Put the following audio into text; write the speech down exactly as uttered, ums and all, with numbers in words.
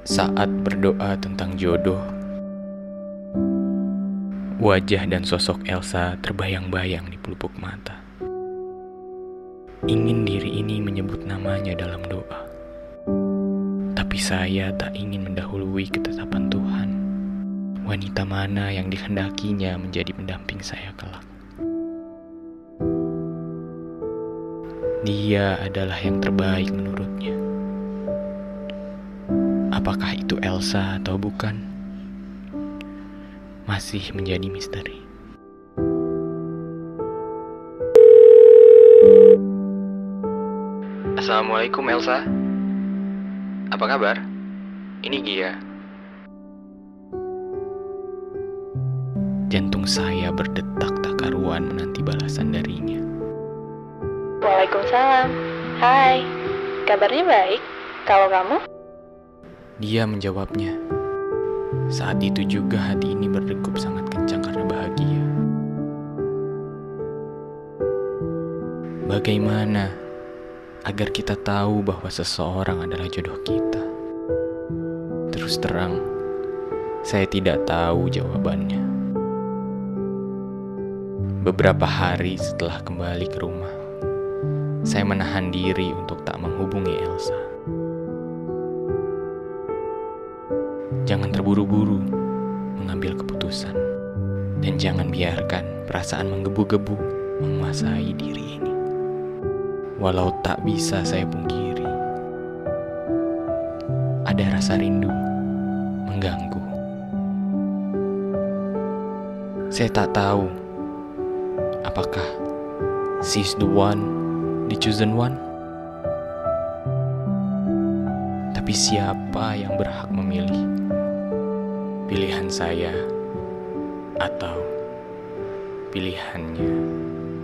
Saat berdoa tentang jodoh, wajah dan sosok Elsa terbayang-bayang di pelupuk mata. Ingin diri ini menyebut namanya dalam doa, tapi saya tak ingin mendahului ketetapan Tuhan. Wanita mana yang dikehendakinya menjadi pendamping saya kelak? Dia adalah yang terbaik menurutnya. Apakah itu Elsa atau bukan? Masih menjadi misteri. Assalamualaikum Elsa. Apa kabar? Ini Gia. Jantung saya berdetak tak karuan menanti balasan darinya. Waalaikumsalam. Hai, kabarnya baik. Kalau kamu? Dia menjawabnya. Saat itu juga hati ini berdegup sangat kencang karena bahagia. Bagaimana agar kita tahu bahwa seseorang adalah jodoh kita? Terus terang, saya tidak tahu jawabannya. Beberapa hari setelah kembali ke rumah, saya menahan diri untuk tak menghubungi Elsa. Jangan terburu-buru mengambil keputusan, dan jangan biarkan perasaan menggebu-gebu menguasai diri ini. Walau tak bisa saya pungkiri, ada rasa rindu mengganggu. Saya tak tahu apakah she's the one, the chosen one. Tapi siapa yang berhak memilih? Pilihan saya atau pilihannya?